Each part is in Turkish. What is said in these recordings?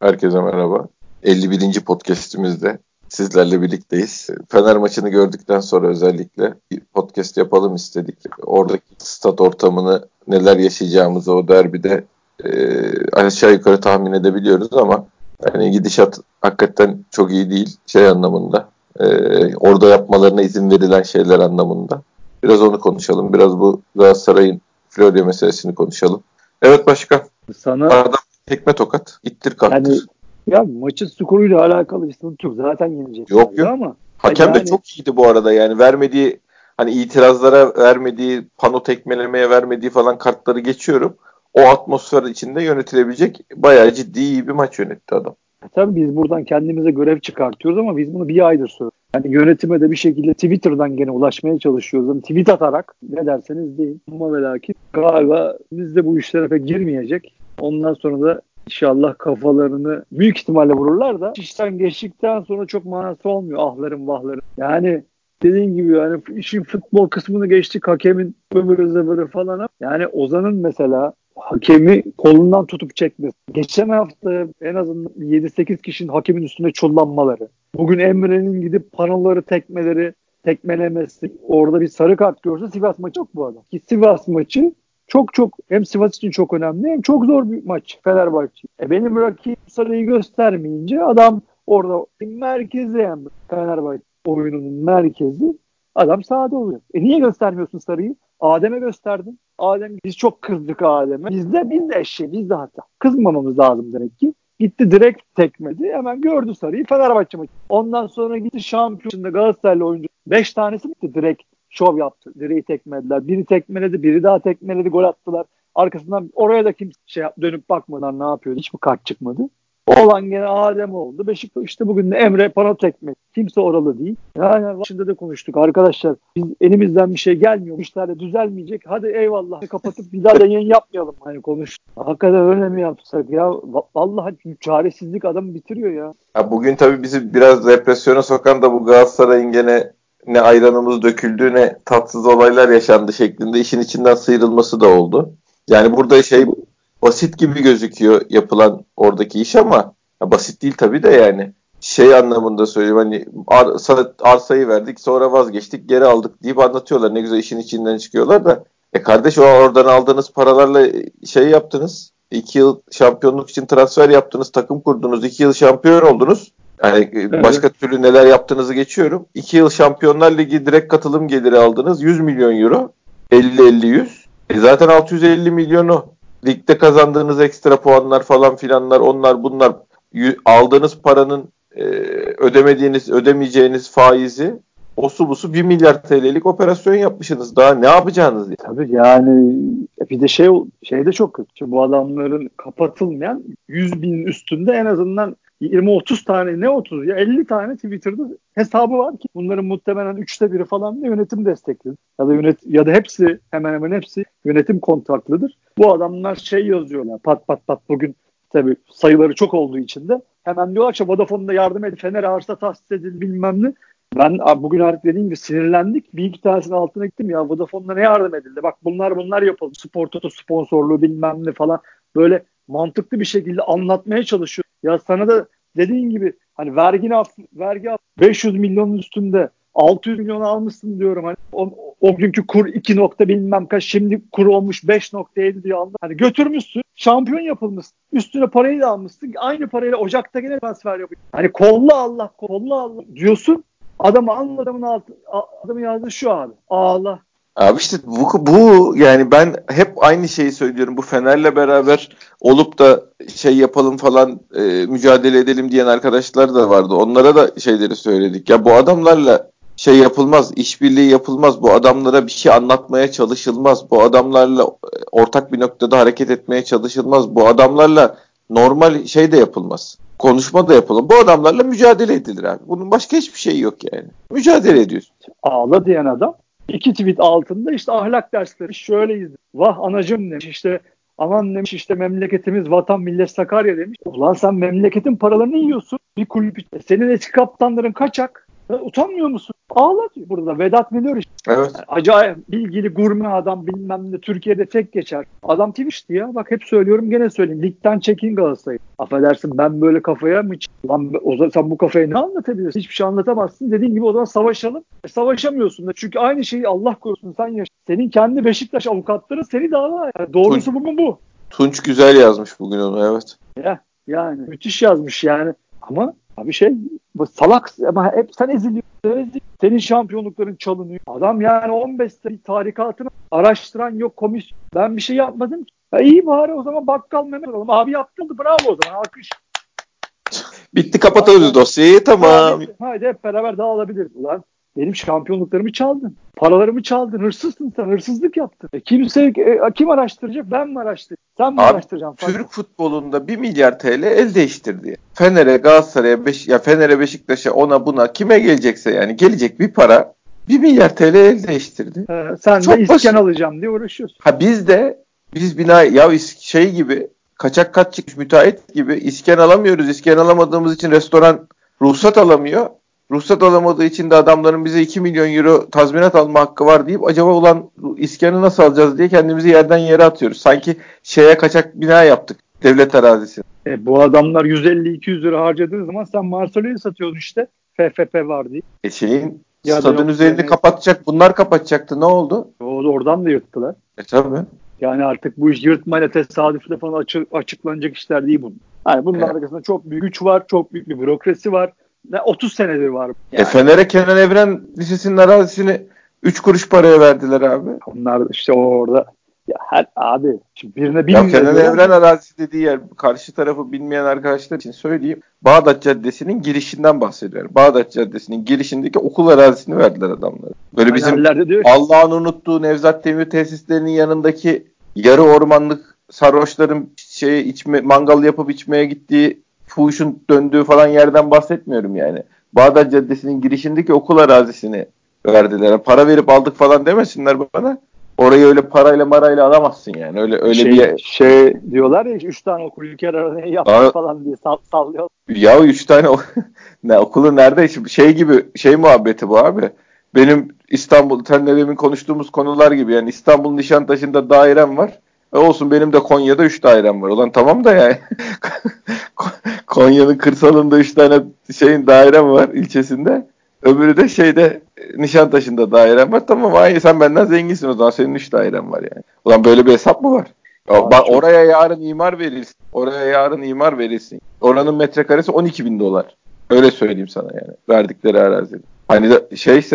Herkese merhaba. 51. podcast'imizde sizlerle birlikteyiz. Fener maçını gördükten sonra özellikle bir podcast yapalım istedik. Oradaki stat ortamını, neler yaşayacağımızı o derbide aşağı yukarı tahmin edebiliyoruz ama yani gidişat hakikaten çok iyi değil şey anlamında. Orada yapmalarına izin verilen şeyler anlamında. Biraz onu konuşalım. Biraz bu Galatasaray'ın Florya meselesini konuşalım. Evet başkan. Sana Adam tekme tokat, ittir kalktır. yani ya maçın skoruyla alakalı bir sıkıntı yok. Zaten yenecek. Yok. Ama Hakem de yani çok iyiydi bu arada yani vermediği hani itirazlara vermediği, pano tekmelemeye vermediği falan kartları geçiyorum. O atmosfer içinde yönetilebilecek bayağı ciddi iyi bir maç yönetti adam. tabii biz buradan kendimize görev çıkartıyoruz ama biz bunu bir aydır söylüyoruz. Yani yönetime de bir şekilde Twitter'dan gene ulaşmaya çalışıyoruz. Yani tweet atarak ne derseniz deyin. Ama ve lakin galiba biz de bu işlere pek girmeyecek. Ondan sonra da İnşallah kafalarını büyük ihtimalle vururlar da işten geçtikten sonra çok manası olmuyor ahların vahların. Yani dediğin gibi yani işin futbol kısmını geçtik hakemin öbürü zıbırı falan. Yani Ozan'ın mesela hakemi kolundan tutup çekmesi. Geçen hafta en azından 7-8 kişinin hakemin üstüne çullanmaları. Bugün Emre'nin gidip panoları tekmelemesi. Orada bir sarı kart görse Sivas maçı yok bu adam. Ki Sivas maçı çok hem Sivas için çok önemli hem çok zor bir maç Fenerbahçe. Benim rakip sarıyı göstermeyince adam orada merkezi yani Fenerbahçe oyununun merkezi adam sahada oluyor. Niye göstermiyorsun sarıyı? Adem'e gösterdin. Biz çok kızdık Adem'e. Biz de hata. Kızmamamız lazım demek ki. Gitti direkt tekmedi. Hemen gördü sarıyı Fenerbahçe maçı. Ondan sonra gitti şampiyonunda Galatasaraylı oyuncu 5 tanesi gitti direkt şov yaptı. Direği tekmelediler. Biri tekmeledi, biri daha tekmeledi, gol attılar. Arkasından oraya da kimse dönüp bakmadan ne yapıyor? Hiçbir kart çıkmadı. Olan gene Adem oldu. Beşiktaş işte bugün de Emre para tekme. Kimse oralı değil. Yani başında da konuştuk arkadaşlar. Biz elimizden bir şey gelmiyor. İşler de düzelmeyecek. Hadi eyvallah kapatıp bir daha da yayın yapmayalım. Hani konuş. Hakikaten öyle mi yapsak ya? Vallahi çaresizlik adamı bitiriyor ya. Ya bugün tabii bizi biraz depresyona sokan da bu Galatasaray'ın gene ne ayranımız döküldü ne tatsız olaylar yaşandı şeklinde işin içinden sıyrılması da oldu. Yani burada basit gibi gözüküyor yapılan oradaki iş ama basit değil tabii de yani. Şey anlamında söyleyeyim hani arsayı verdik sonra vazgeçtik geri aldık deyip anlatıyorlar. Ne güzel işin içinden çıkıyorlar da. Kardeş o oradan aldığınız paralarla şey yaptınız. 2 yıl şampiyonluk için transfer yaptınız. Takım kurdunuz. 2 yıl şampiyon oldunuz. Yani başka türlü neler yaptığınızı geçiyorum. 2 yıl Şampiyonlar Ligi direkt katılım geliri aldınız. 100 milyon euro. 50-50-100. Zaten 650 milyonu ligde kazandığınız ekstra puanlar falan filanlar onlar bunlar aldığınız paranın ödemeyeceğiniz faizi osu busu 1 milyar TL'lik operasyon yapmışsınız. Daha ne yapacağınız diye. Tabii yani bir de şey de çok kötü. Şimdi bu adamların kapatılmayan 100 binin üstünde en azından 20-30 tane ne 30 ya 50 tane Twitter'da hesabı var ki bunların muhtemelen 1/3 falan da yönetim desteklidir. Ya da hepsi hemen hemen hepsi yönetim kontaklıdır. Bu adamlar şey yazıyorlar pat pat pat bugün tabii sayıları çok olduğu için de hemen diyorlar ki Vodafone'da yardım edin Fener arsa tahsis edin bilmem ne. Ben bugün artık dediğim gibi sinirlendik. Bir iki tanesinin altına gittim ya Vodafone'da ne yardım edildi? Bak bunlar yapıldı. Spor Toto sponsorluğu bilmem ne falan. Böyle mantıklı bir şekilde anlatmaya çalışıyor. Ya sana da dediğin gibi hani vergi 500 milyonun üstünde 600 milyon almışsın diyorum. Hani o günkü kur 2 nokta bilmem kaç şimdi kur olmuş 5,7 diye aldı. Hani götürmüşsün şampiyon yapılmışsın. Üstüne parayı da almışsın. Aynı parayla Ocak'ta gene transfer yapıyor. Hani kolla Allah diyorsun. Adamın yazdığı şu abi. Ağla. Abi işte bu yani ben hep aynı şeyi söylüyorum. Bu Fener'le beraber olup da şey yapalım falan mücadele edelim diyen arkadaşlar da vardı. Onlara da şeyleri söyledik. Ya bu adamlarla şey yapılmaz, işbirliği yapılmaz. Bu adamlara bir şey anlatmaya çalışılmaz. Bu adamlarla ortak bir noktada hareket etmeye çalışılmaz. Bu adamlarla normal şey de yapılmaz. Konuşma da yapılır. Bu adamlarla mücadele edilir abi. Bunun başka hiçbir şeyi yok yani. Mücadele ediyorsun. Ağla diyen adam 2 tweet altında işte ahlak dersleri şöyleyiz. Vah anacım demiş işte aman demiş işte memleketimiz vatan millet Sakarya demiş. Ulan sen memleketin paralarını yiyorsun bir kulüp. Senin eski kaptanların kaçak. Utanmıyor musun? Ağlatıyor. Burada Vedat Milor işte. Evet. Acayip bilgili gurme adam, bilmem ne, Türkiye'de tek geçer. Adam Twitch'ti ya. Bak hep söylüyorum, gene söyleyeyim. Ligden çekin Galatasaray'ı. Affedersin, ben böyle kafaya mı lan, o zaman sen bu kafaya ne anlatabilirsin? Hiçbir şey anlatamazsın. Dediğin gibi o zaman savaşalım. Savaşamıyorsun da. Çünkü aynı şeyi Allah korusun sen yaşa. Senin kendi Beşiktaş avukatları seni dava. Yani doğrusu bu mu bu? Tunç güzel yazmış bugün onu, evet. Ya yani müthiş yazmış yani. Ama abi salak, ama hep sen eziliyorsun. Senin şampiyonlukların çalınıyor. Adam yani 15 sene tarikatını araştıran yok, komisyon. Ben bir şey yapmadım ki. Ya iyi bari o zaman bakkal Mehmet olalım. Abi yaptırdı, bravo o zaman, alkış. Bitti, kapatıyoruz dosyayı, tamam. Haydi hep beraber dağılabiliriz. Ulan benim şampiyonluklarımı çaldın. Paralarımı çaldın. Hırsızsın sen. Hırsızlık yaptın. Kim araştıracak? Ben mi araştıracağım? Sen mi araştıracaksın? Türk futbolunda 1 milyar TL el değiştirdi. Fener'e, Galatasaray'a, Fener'e, Beşiktaş'a, ona buna kime gelecekse yani gelecek bir para 1 milyar TL el değiştirdi. Sen çok de iskan alacağım diye uğraşıyorsun. Biz bina ya şey gibi, kaçak çıkmış müteahhit gibi iskan alamıyoruz. İskan alamadığımız için restoran ruhsat alamıyor. Ruhsat alamadığı için de adamların bize 2 milyon euro tazminat alma hakkı var deyip acaba ulan iskanı nasıl alacağız diye kendimizi yerden yere atıyoruz. Sanki kaçak bina yaptık devlet arazisi. Bu adamlar 150-200 lira harcadığı zaman sen Marcelo'yu satıyorsun işte. FFP var diye. Stadın üzerini kapatacak. Bunlar kapatacaktı. Ne oldu? Oradan da yırttılar. Tabii. Yani artık bu iş yırtmayla, tesadüfle falan açıklanacak işler değil bunun. Yani bunun arkasında çok büyük güç var. Çok büyük bir bürokrasi var. 30 senedir var. Yani. Fener'e Kenan Evren Lisesi'nin arazisini 3 kuruş paraya verdiler abi. Onlar işte orada. Ya abi şimdi birine bilmiyor. Kenan Evren arazisi dediği yer, karşı tarafı bilmeyen arkadaşlar için söyleyeyim. Bağdat Caddesi'nin girişinden bahsediyorum. Bağdat Caddesi'nin girişindeki okul arazisini verdiler adamlara. Böyle bizim Allah'ın unuttuğu Nevzat Demir tesislerinin yanındaki yarı ormanlık sarhoşların mangal yapıp içmeye gittiği, fuhuşun döndüğü falan yerden bahsetmiyorum yani. Bağdat Caddesi'nin girişindeki okul arazisini verdiler. Para verip aldık falan demesinler bana. Orayı öyle marayla alamazsın yani. Öyle bir diyorlar ya, 3 tane okul ülke arasında yaptı falan diye sallıyor. Ya 3 tane okulu nerede? Gibi muhabbeti bu abi. Benim İstanbul, senle demin konuştuğumuz konular gibi yani, İstanbul Nişantaşı'nda dairem var. Olsun, benim de Konya'da 3 dairem var. Ulan tamam da yani. Konya'nın kırsalında 3 tane dairem var ilçesinde. Öbürü de Nişantaşı'nda dairem var. Tamam, sen benden zenginsin o zaman, senin 3 dairen var yani. Ulan böyle bir hesap mı var? Oraya yarın imar verilsin. Oranın metrekaresi 12.000 dolar. Öyle söyleyeyim sana yani. Verdikleri arazi. Hani de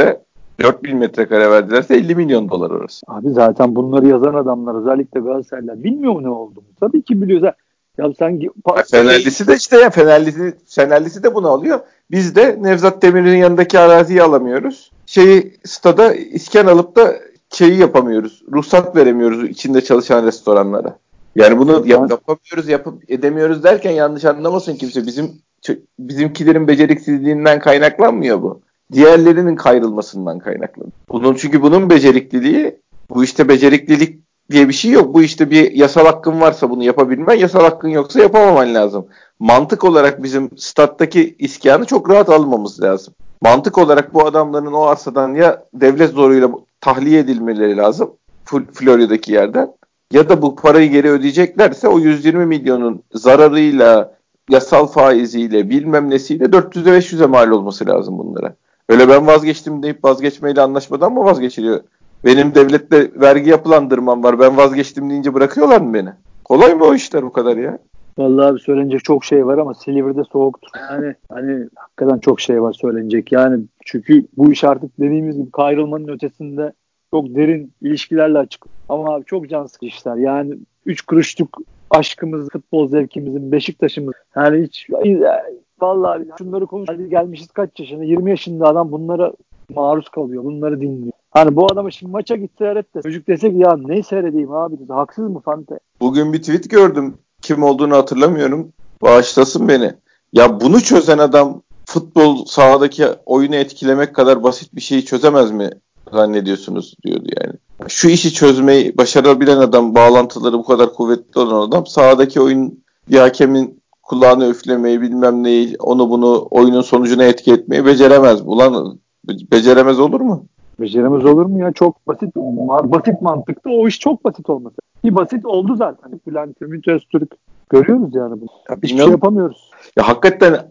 4.000 metrekare verdilerse 50 milyon dolar orası. Abi zaten bunları yazan adamlar, özellikle Galatasaraylılar, bilmiyor mu ne olduğunu? Tabii ki biliyor. Ya sen Fenerlisi de işte Fenerlisi de bunu alıyor. Biz de Nevzat Demir'in yanındaki araziyi alamıyoruz. Stada iskan alıp da yapamıyoruz. Ruhsat veremiyoruz içinde çalışan restoranlara. Yani bunu yapamıyoruz, edemiyoruz derken yanlış anlamasın kimse. Bizimkilerin beceriksizliğinden kaynaklanmıyor bu. Diğerlerinin kayrılmasından kaynaklanıyor. Çünkü bunun becerikliliği, bu işte beceriklilik diye bir şey yok. Bu işte bir yasal hakkın varsa bunu yapabilmen, yasal hakkın yoksa yapamaman lazım. Mantık olarak bizim stat'taki iskanı çok rahat almamız lazım. Mantık olarak bu adamların o arsadan ya devlet zoruyla tahliye edilmeleri lazım, Florya'daki yerden, ya da bu parayı geri ödeyeceklerse o 120 milyonun zararıyla, yasal faiziyle, bilmem nesiyle 400'e 500'e mal olması lazım bunlara. Öyle ben vazgeçtim deyip vazgeçmeyle anlaşmadan mı vazgeçiliyor? Benim devlette vergi yapılandırmam var. Ben vazgeçtim deyince bırakıyorlar mı beni? Kolay mı o işler bu kadar ya? Vallahi abi, söylenecek çok şey var ama Silivri'de soğuktur. Yani hakikaten çok şey var söylenecek. Yani çünkü bu iş artık dediğimiz gibi kayrılmanın ötesinde çok derin ilişkilerle açık. Ama abi çok can sıkıcı işler. Yani 3 kuruşluk aşkımız, futbol zevkimizin, Beşiktaş'ımız. Yani hiç vallahi şunları konuşuyoruz. Gelmişiz kaç yaşında? 20 yaşında adam bunlara maruz kalıyor. Bunları dinliyor. Hani bu adama şimdi maça git seyret de çocuk desek ya ne seyredeyim abi? Haksız mı Fante? Bugün bir tweet gördüm. Kim olduğunu hatırlamıyorum. Bağışlasın beni. Ya bunu çözen adam futbol sahadaki oyunu etkilemek kadar basit bir şeyi çözemez mi zannediyorsunuz diyordu yani. Şu işi çözmeyi başarabilen adam, bağlantıları bu kadar kuvvetli olan adam, sahadaki oyun, bir hakemin kulağını üflemeyi, bilmem neyi, onu bunu, oyunun sonucuna etki etmeyi beceremez. Ulan Beceremez olur mu? Beceremez olur mu ya? Çok basit. Basit mantıkta o iş çok basit olması. Ki basit oldu zaten. Bülent Ümit Öztürk görüyoruz yani bunu. Hiçbir şey yapamıyoruz. Ya hakikaten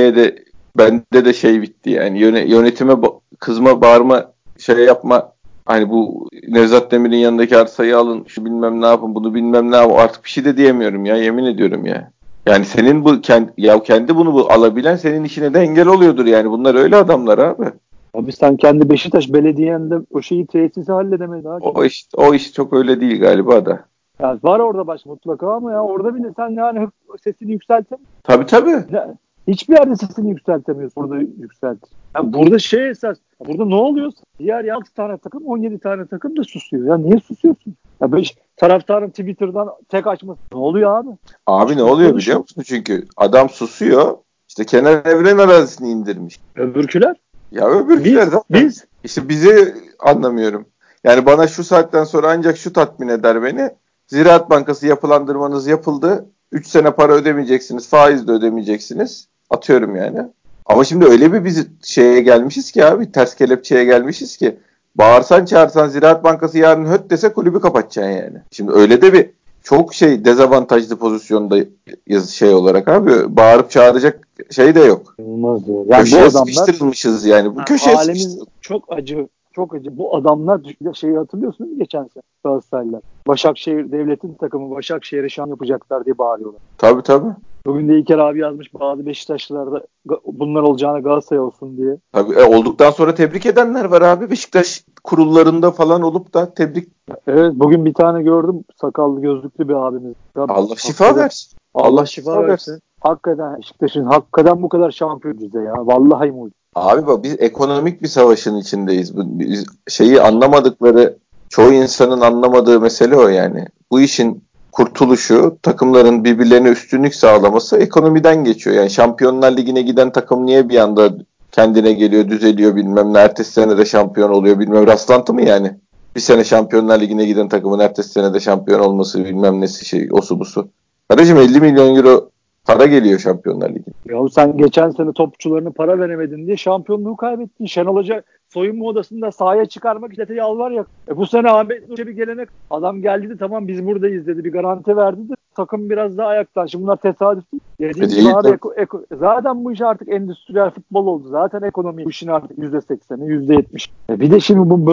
bende de bitti yani yönetime kızma, bağırma, yapma. Hani bu Nevzat Demir'in yanındaki arsayı alın, şu bilmem ne yapın, bunu bilmem ne yapın. Artık bir şey de diyemiyorum ya, yemin ediyorum ya. Yani senin kendi bunu alabilen senin işine de engel oluyordur yani. Bunlar öyle adamlar abi. Abi sen kendi Beşiktaş belediyende o tesisi halledemedin. O iş çok öyle değil galiba da. Yani var orada mutlaka ama ya orada bile sen yani sesini yükseltemiyorsun. Tabii. Yani hiçbir yerde sesini yükseltemiyorsun. Burada yükselt. Yani burada esas. Burada ne oluyor? Diğer 6 tane takım 17 tane takım da susuyor. Ya niye susuyorsun? Ya taraftarın Twitter'dan tek açması. Ne oluyor abi? Abi ne oluyor biliyor musun? Çünkü adam susuyor. İşte Kenan Evren arazisini indirmiş. Öbürküler? Ya öbürküler zaten. İşte bizi anlamıyorum. Yani bana şu saatten sonra ancak şu tatmin eder beni. Ziraat Bankası yapılandırmanız yapıldı. 3 sene para ödemeyeceksiniz. Faiz de ödemeyeceksiniz. Atıyorum yani. Ama şimdi öyle bir biz gelmişiz ki abi. Ters kelepçeye gelmişiz ki. Bağırsan çağırsan Ziraat Bankası yarın höt dese kulübü kapatacaksın yani. Şimdi öyle de bir çok dezavantajlı pozisyondayız olarak abi. Bağırıp çağıracak de yok. Olmaz ya. Yani köşeye sıkıştırılmışız yani. Bu köşeye halimiz çok acı. Çok acı. Bu adamlar hatırlıyorsun değil mi geçen sene Galatasaraylılar? Başakşehir devletin takımı Başakşehir'e şan yapacaklar diye bağırıyorlar. Tabii. Bugün de İlker abi yazmış bazı Beşiktaşlılar da bunlar olacağına Galatasaray olsun diye. Tabii olduktan sonra tebrik edenler var abi. Beşiktaş kurullarında falan olup da tebrik. Evet bugün bir tane gördüm sakallı gözlüklü bir abimiz. Allah şifa versin. Allah şifa versin. Hakikaten Beşiktaş'ın bu kadar şampiyon düzey ya. Vallahi mucize. Abi bak biz ekonomik bir savaşın içindeyiz. Biz anlamadıkları, çoğu insanın anlamadığı mesele o yani. Bu işin kurtuluşu, takımların birbirlerine üstünlük sağlaması ekonomiden geçiyor. Yani Şampiyonlar Ligi'ne giden takım niye bir anda kendine geliyor, düzeliyor bilmem ne. Ertesi sene de şampiyon oluyor bilmem. Rastlantı mı yani? Bir sene Şampiyonlar Ligi'ne giden takımın ertesi sene de şampiyon olması bilmem nesi osu busu. Kardeşim 50 milyon euro para geliyor Şampiyonlar Ligi'ne. Ya sen geçen sene topçularına para veremedin diye şampiyonluğu kaybettin. Şenol Hoca soyunma odasında sahaya çıkarmak için yalvar ya. Bu sene Ahmet Nur'a bir gelenek. Adam geldi de tamam biz buradayız dedi. Bir garanti verdi de takım biraz daha ayakta. Şimdi bunlar tesadüf değil. Zaten bu iş artık endüstriyel futbol oldu. Zaten ekonomi bu işin artık %80'i %70. Bir de şimdi bu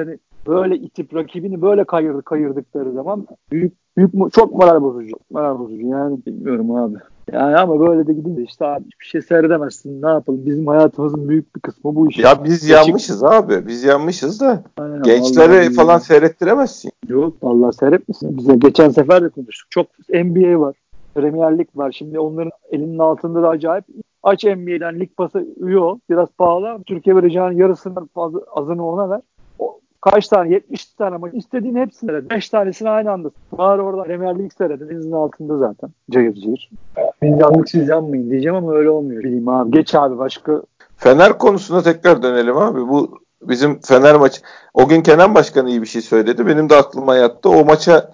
böyle itip rakibini böyle kayırdıkları zaman büyük çok moral bozucu. Yani bilmiyorum abi. Yani ama böyle de gidince abi hiçbir şey seyredemezsin. Ne yapalım? Bizim hayatımızın büyük bir kısmı bu iş. Ya biz yanmışız abi. Biz yanmışız da. Aynen, gençlere falan seyrettiremezsin. Yok vallahi seyretmişsin. Bize geçen sefer de konuştuk. Çok NBA var. Premier Lig var. Şimdi onların elinin altında da acayip. Aç NBA'den lig pası üye ol. Biraz pahalı. Türkiye vereceğinin yarısından fazla azını ona ver. Kaç tane? 70 tane maç. İstediğin hepsini seyredin. 5 tanesini aynı anda. Var orada Premier Lig seyredin. Elinizin altında zaten. Cayır. Biz yandık siz yanmayın diyeceğim ama öyle olmuyor. Bileyim abi. Geç abi başka. Fener konusuna tekrar dönelim abi. Bu bizim Fener maçı. O gün Kenan Başkan iyi bir şey söyledi. Benim de aklıma yattı. O maça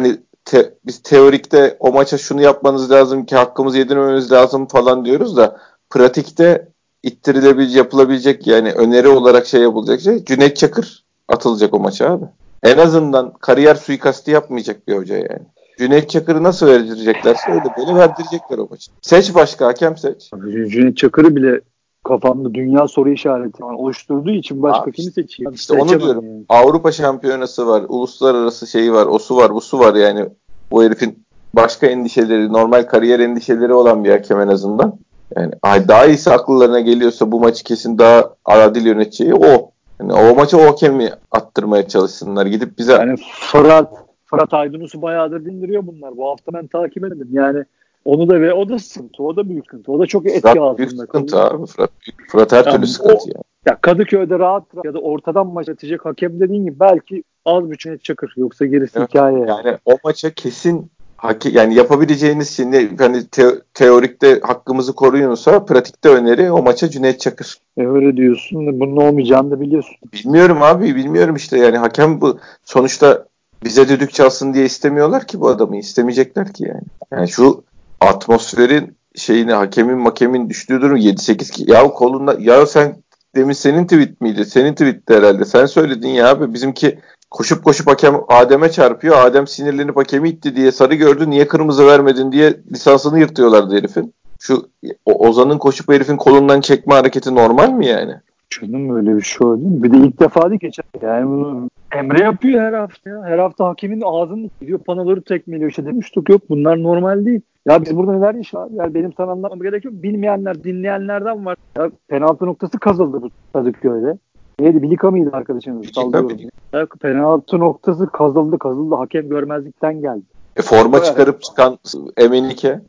biz teorikte o maça şunu yapmanız lazım ki hakkımızı yedirmememiz lazım falan diyoruz da pratikte yapılabilecek yani öneri olarak yapılacak Cüneyt Çakır atılacak o maça abi. En azından kariyer suikastı yapmayacak bir hoca yani. Cüneyt Çakır'ı nasıl verdireceklerse öyle böyle verdirecekler o maçı. Seç başka hakem seç. Cüneyt Çakır'ı bile kafamda dünya soru işareti oluşturduğu için başka kimi seçeyim? İşte onu diyorum. Yani. Avrupa şampiyonası var, uluslararası var, osu var, busu var yani. Bu herifin başka endişeleri, normal kariyer endişeleri olan bir hakem en azından. Yani daha iyisi akıllarına geliyorsa bu maçı kesin daha adil yöneteceği o. Yani o maçı o hakemi attırmaya çalışsınlar. Gidip bize... Yani Fırat Aydınus'u bayağıdır dindiriyor bunlar. Bu hafta ben takip edelim. Yani onu da o da sıkıntı. O da büyük sıkıntı. O da çok etki altında. Büyük sıkıntı abi Fırat her türlü sıkıntı yani. Ya Kadıköy'de rahat ya da ortadan maç atacak hakem dediğin gibi belki az bir Cüneyt Çakır. Yoksa gerisi hikaye. Yani o maça kesin yani yapabileceğiniz şey hani teorikte hakkımızı koruyunsa pratikte öneri o maça Cüneyt Çakır. Öyle diyorsun. Bunun olmayacağını da biliyorsun. Bilmiyorum işte yani hakem bu sonuçta bize düdük çalsın diye istemiyorlar ki bu adamı. İstemeyecekler ki yani. Yani şu atmosferin hakemin düştüğü durum 7-8 ya kolunda sen demin senin tweet miydi? Senin tweetti herhalde. Sen söyledin ya abi, bizimki koşup koşup hakem Adem'e çarpıyor. Adem sinirlenip hakemi itti diye sarı gördü. Niye kırmızı vermedin diye lisansını yırtıyorlardı herifin. Şu Ozan'ın koşup herifin kolundan çekme hareketi normal mi yani? Canım öyle bir şey oldu mu? Bir de ilk defa değil geçen. Yani bunu Emre yapıyor her hafta ya. Her hafta hakemin ağzını gidiyor, panoları tekmeliyor. İşte demiştik, yok bunlar normal değil. Ya biz burada neler yaşıyoruz? Yani benim sana anlatmam gerek yok. Bilmeyenler, dinleyenlerden var. Ya penaltı noktası kazıldı bu Kadıköy'de. Neydi? Bilika mıydı arkadaşınız? Sallıyorum. Ya, penaltı noktası kazıldı. Hakem görmezlikten geldi. Forma çıkarıp çıkan Emenike.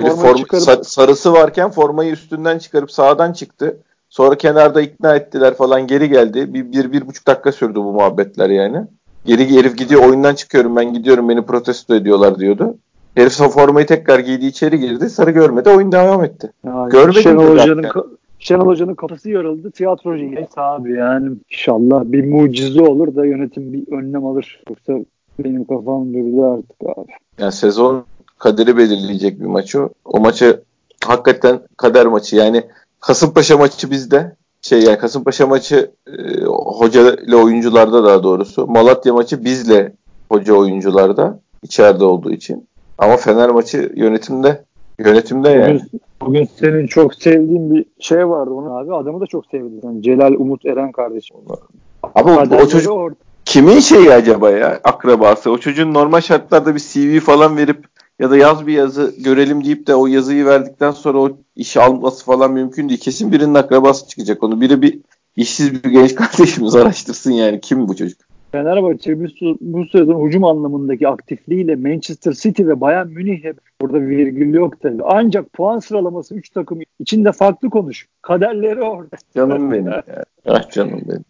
Sarısı varken formayı üstünden çıkarıp sağdan çıktı. Sonra kenarda ikna ettiler falan, geri geldi. Bir buçuk dakika sürdü bu muhabbetler yani. Herif gidiyor, oyundan çıkıyorum ben, gidiyorum, beni protesto ediyorlar diyordu. Herif formayı tekrar giydi, içeri girdi. Sarı görmedi, oyun devam etti. Yani Görmedim Şenol Hoca'nın kafası yarıldı. Tiyatrocu gibi abi yani. İnşallah bir mucize olur da yönetim bir önlem alır. Yoksa benim kafam durdu artık abi. Yani sezon kaderi belirleyecek bir maç o. O maçı hakikaten kader maçı. Yani Kasımpaşa maçı bizde. Yani Kasımpaşa maçı hoca ile oyuncularda, daha doğrusu. Malatya maçı bizle, hoca oyuncularda. İçeride olduğu için. Ama Fener maçı yönetimde yani. Bugün senin çok sevdiğin bir şey vardı onu abi. Adamı da çok sevdim. Yani Celal Umut Eren kardeşim. Ama o çocuk kimin şeyi acaba ya? Akrabası. O çocuğun normal şartlarda bir CV falan verip ya da yaz bir yazı görelim deyip de o yazıyı verdikten sonra o işi alması falan mümkün değil. Kesin birinin akrabası çıkacak onu. Biri bir işsiz bir genç kardeşimiz araştırsın yani. Kim bu çocuk? Fenerbahçe bu sezon hücum anlamındaki aktifliğiyle Manchester City ve Bayern Münih, hep burada virgül yok tabii. Ancak puan sıralaması 3 takım içinde farklı konuş. Kaderleri orada. Canım benim ya. Ah canım benim.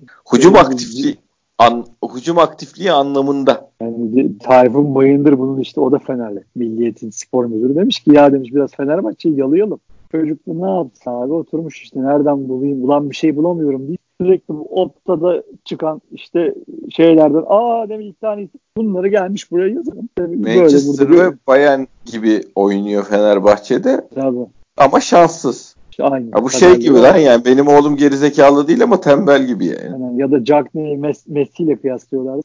Hücum aktifliği anlamında. Yani Tayfun Bayındır bunun işte, o da Fenerli. Milliyetin spor müdürü demiş ki ya demiş biraz Fenerbahçe'yi yalayalım. Çocuk da ne yapsın abi, oturmuş işte nereden bulayım, ulan bir şey bulamıyorum diye sürekli bu Opta'da çıkan işte şeylerden demiş ilk tane bunları gelmiş buraya yazalım. Manchester böyle ve Bayern gibi oynuyor Fenerbahçe'de. Tabii. Ama şanssız. Aynı. Ya bu şey gibi lan, yani benim oğlum gerizekalı değil ama tembel gibi yani. Ya da Cagney'i Messi ile kıyaslıyorlar.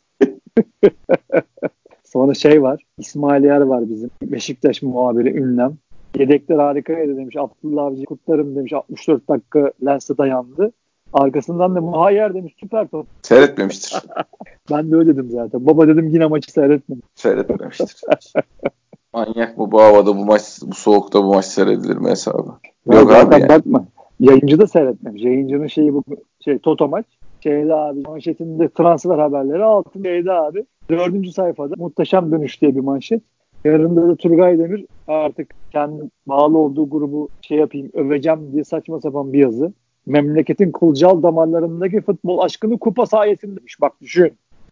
Sonra var. İsmail Yer var bizim. Beşiktaş muhabiri ünlem. Yedekler harikaydı demiş. Abdullah Avcı kutlarım demiş. 64 dakika Lens'e dayandı. Arkasından da Muhayyer demiş. Süper top. Seyretmemiştir. Ben de öyle dedim zaten. Baba dedim yine maçı Seyretmemiştir. Manyak mı bu havada, bu soğukta bu maç seyredilir mi hesabı? Yok abi yani. Bakma. Yayıncı da seyretmemiş. Yayıncının şeyi bu Toto maç. Abi manşetinde transfer haberleri altında abi. 4. sayfada muhteşem dönüş diye bir manşet. Yarında da Turgay Demir artık kendi bağlı olduğu grubu öveceğim diye saçma sapan bir yazı. Memleketin kılcal damarlarındaki futbol aşkını kupa sayesinde demiş. Bak düşün.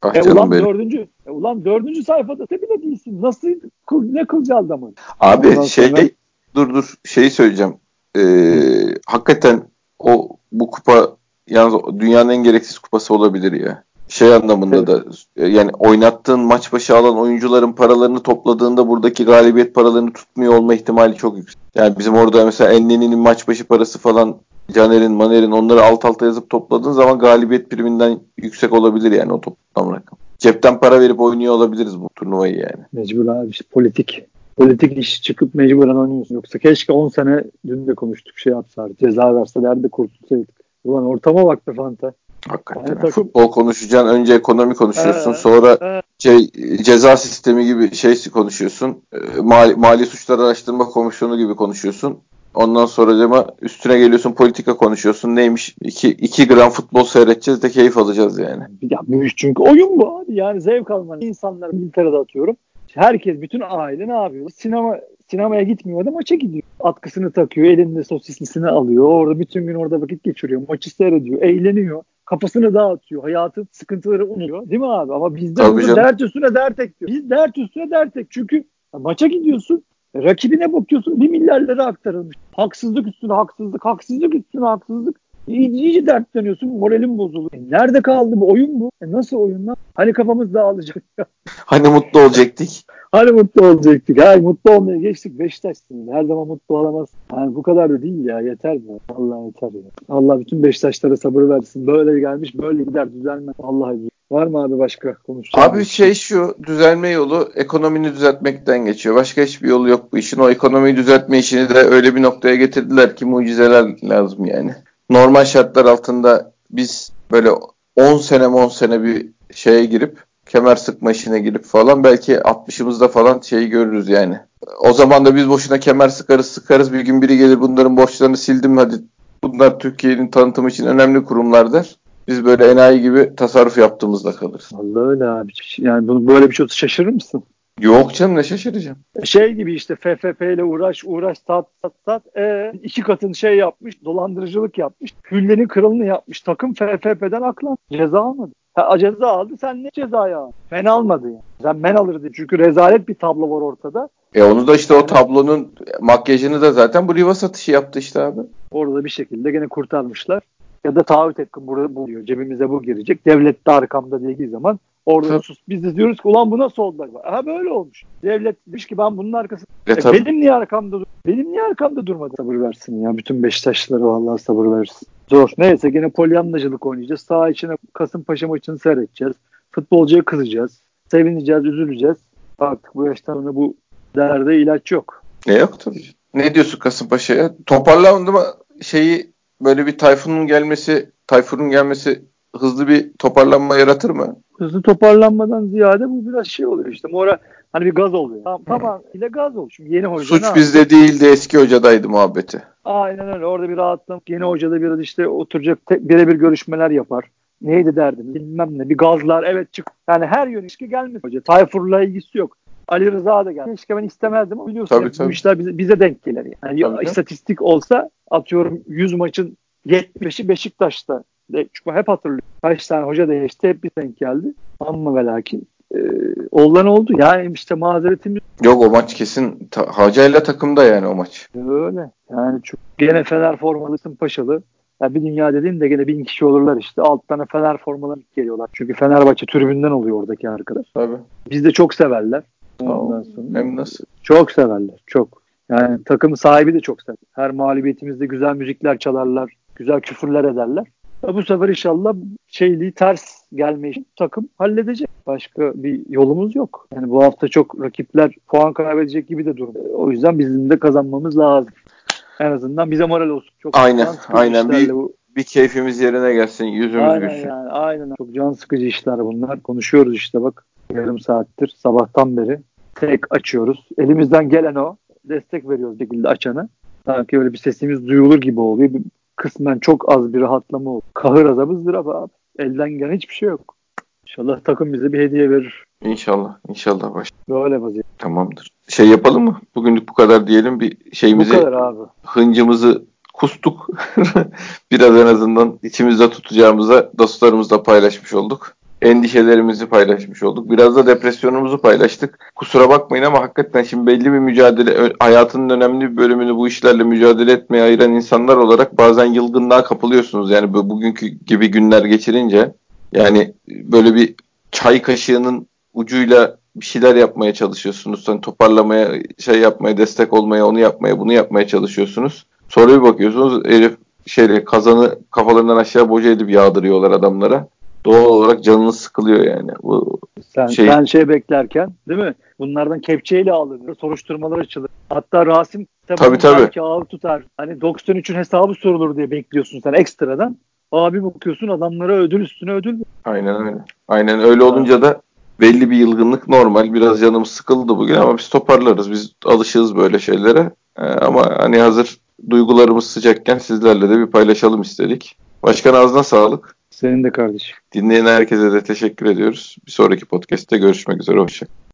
Ulan dördüncü sayfada bile değilsin. Nasıl, ne kılcal damar? Abi dur şeyi söyleyeceğim. Hakikaten bu kupa yalnız dünyanın en gereksiz kupası olabilir ya. Anlamında da yani oynattığın maç başı alan oyuncuların paralarını topladığında buradaki galibiyet paralarını tutmuyor olma ihtimali çok yüksek. Yani bizim orada mesela Enne'nin maç başı parası falan, Caner'in, Maner'in, onları alt alta yazıp topladığın zaman galibiyet priminden yüksek olabilir yani o toplam rakam. Cepten para verip oynuyor olabiliriz bu turnuvayı yani. Mecbur abi, işte politik iş çıkıp mecburen oynuyorsun. Yoksa keşke 10 sene, dün de konuştuk, yapsaydı. Ceza verseler de kurtulsaydık. Ulan ortama bak be Fanta. Hakikaten. Yani futbol konuşacaksın. Önce ekonomi konuşuyorsun. Sonra ceza sistemi gibi konuşuyorsun. Mali Suçlar Araştırma Komisyonu gibi konuşuyorsun. Ondan sonra üstüne geliyorsun, politika konuşuyorsun. Neymiş? 2 gram futbol seyredeceğiz de keyif alacağız yani. Ya çünkü oyun bu abi. Yani zevk alman. İnsanlar İngiltere'de atıyorum. Herkes, bütün aile ne yapıyor? Sinemaya gitmiyor da maça gidiyor. Atkısını takıyor, elinde sosislisini alıyor. Orada bütün gün orada vakit geçiriyor. Maçı seyrediyor, eğleniyor. Kafasını dağıtıyor. Hayatın sıkıntıları unutuyor. Değil mi abi? Ama bizde burada dert üstüne dert ekliyor. Biz dert üstüne dert ek. Çünkü maça gidiyorsun. Rakibine bakıyorsun, 1 milyar lira aktarılmış. Haksızlık üstüne haksızlık, haksızlık üstüne haksızlık. İyice dertleniyorsun. Moralin bozuluyor. Nerede kaldı bu? Oyun bu. Nasıl oyun lan? Hani kafamız dağılacak. Hani mutlu olacaktık. Hani mutlu olacaktık. Hayır, mutlu olmaya geçtik. Beşiktaş'sın. Her zaman mutlu olamaz. Yani bu kadar da değil ya. Yeter mi? Allah yeter ya. Allah bütün Beşiktaşlara sabır versin. Böyle gelmiş böyle gider düzelmez. Vallahi. Var mı abi başka konuşacağım? Abi şu düzelme yolu ekonomini düzeltmekten geçiyor. Başka hiçbir yolu yok bu işin. O ekonomiyi düzeltme işini de öyle bir noktaya getirdiler ki mucizeler lazım yani. Normal şartlar altında biz böyle 10 sene bir şeye girip kemer sıkma işine girip falan belki 60'ımızda falan şeyi görürüz yani. O zaman da biz boşuna kemer sıkarız bir gün biri gelir bunların borçlarını sildim hadi bunlar Türkiye'nin tanıtımı için önemli kurumlar der. Biz böyle enayi gibi tasarruf yaptığımızda kalırız. Vallahi öyle abi. Yani bunu böyle bir şey olsa şaşırır mısın? Yok canım ne şaşıracağım. Şey gibi işte FFP ile uğraş sat. İki katın şey yapmış, dolandırıcılık yapmış. Hüllenin kralını yapmış. Takım FFP'den aklan. Ceza almadı. Ceza aldı. Sen ne cezayı aldın? Men almadı yani. Sen men alırdın. Çünkü rezalet bir tablo var ortada. Onu da işte o tablonun makyajını da zaten bu Riva satışı yaptı işte abi. Orada bir şekilde gene kurtarmışlar. Ya da taahhüt ettim burada bu diyor. Cebimize bu girecek. Devlet de arkamda dediği zaman orada sus. Biz de diyoruz ki ulan bu nasıl oldu? Aha böyle olmuş. Devlet demiş ki ben bunun arkasında. Benim niye arkamda durmadı? Sabır versin ya. Bütün Beşiktaşlılara vallahi sabır versin. Zor. Neyse gene polyanlacılık oynayacağız. Saha içine Kasımpaşa maçını seyredeceğiz. Futbolcuya kızacağız. Sevineceğiz, üzüleceğiz. Artık bu yaştan sonra bu derde ilaç yok. Ne yok tabii. Ne diyorsun Kasımpaşa'ya? Toparlandı mı böyle bir Tayfun'un gelmesi hızlı bir toparlanma yaratır mı? Hızlı toparlanmadan ziyade bu biraz şey oluyor işte. Hani bir gaz oluyor. Tamam ile gaz oluyor. Şimdi yeni hoca Suç bizde değildi eski hocadaydı muhabbeti. Aynen öyle. Orada bir rahatlamak. Yeni hoca da biraz işte oturacak birebir görüşmeler yapar. Neydi derdim bilmem ne. Bir gazlar evet çık. Yani her yön ilişki gelmez hoca. Tayfur'la ilgisi yok. Ali Rıza da geldi. Keşke ben istemezdim ama biliyorsun Tabii. bu işler bize denk gelir. Yani istatistik olsa atıyorum 100 maçın 75'i Beşiktaş'ta. Çünkü hep hatırlıyorum. Kaç tane hoca değişti hep bir denk geldi. Ama ve lakin olan oldu. Yani işte mazeretimiz yok o maç kesin Hacı'yla takımda yani o maç. öyle. Yani çok gene Fener formalısın Paşalı. Yani bir dünya dediğin de gene 1000 kişi olurlar işte. Altlarına Fener formaları geliyorlar. Çünkü Fenerbahçe tribünden oluyor oradaki arkadaş. Tabii. Biz de çok severler. Ondan sonra. Hem nasıl? Çok severler. Çok. Yani takımın sahibi de çok sever. Her mağlubiyetimizde güzel müzikler çalarlar. Güzel küfürler ederler. Bu sefer inşallah ters gelme için takım halledecek. Başka bir yolumuz yok. Yani bu hafta çok rakipler puan kaybedecek gibi de durum. O yüzden bizim de kazanmamız lazım. En azından bize moral olsun. Çok aynen bir keyfimiz yerine gelsin, yüzümüz gülsün. Aynen. Çok can sıkıcı işler bunlar. Konuşuyoruz işte bak yarım saattir sabahtan beri. Tek açıyoruz. Elimizden gelen o. Destek veriyoruz bir şekilde açana. Sanki öyle bir sesimiz duyulur gibi oluyor. Kısmen çok az bir rahatlama oldu. Kahır azabı ızdırap abi. Elden gelen hiçbir şey yok. İnşallah takım bize bir hediye verir. İnşallah baş. Böyle vaziyet. Tamamdır. Yapalım mı? Bugünlük bu kadar diyelim. Bir şeyimizi, bu kadar abi. Hıncımızı kustuk. Biraz en azından içimizde tutacağımıza dostlarımızla paylaşmış olduk. Endişelerimizi paylaşmış olduk. Biraz da depresyonumuzu paylaştık. Kusura bakmayın ama hakikaten şimdi belli bir mücadele, hayatının önemli bir bölümünü bu işlerle mücadele etmeye ayıran insanlar olarak bazen yılgınlığa kapılıyorsunuz. Yani bugünkü gibi günler geçirince yani böyle bir çay kaşığının ucuyla bir şeyler yapmaya çalışıyorsunuz. Hani toparlamaya, yapmaya, destek olmaya, onu yapmaya, bunu yapmaya çalışıyorsunuz. Sonra bir bakıyorsunuz herif kazanı kafalarından aşağı boca edip yağdırıyorlar adamlara. Doğal olarak canınız sıkılıyor yani. Sen beklerken değil mi? Bunlardan kepçeyle alınır. Soruşturmalar açılır. Hatta Rasim tabii. belki ağır tutar. Hani 93'ün hesabı sorulur diye bekliyorsun sen ekstradan. Abi bakıyorsun adamlara ödül üstüne ödül. Aynen öyle. Aynen öyle olunca da belli bir yılgınlık normal. Biraz canımız sıkıldı bugün ama biz toparlarız. Biz alışığız böyle şeylere. Ama hani hazır duygularımız sıcakken sizlerle de bir paylaşalım istedik. Başkan ağzına sağlık. Senin de kardeşim. Dinleyen herkese de teşekkür ediyoruz. Bir sonraki podcast'te görüşmek üzere. Hoşçakalın.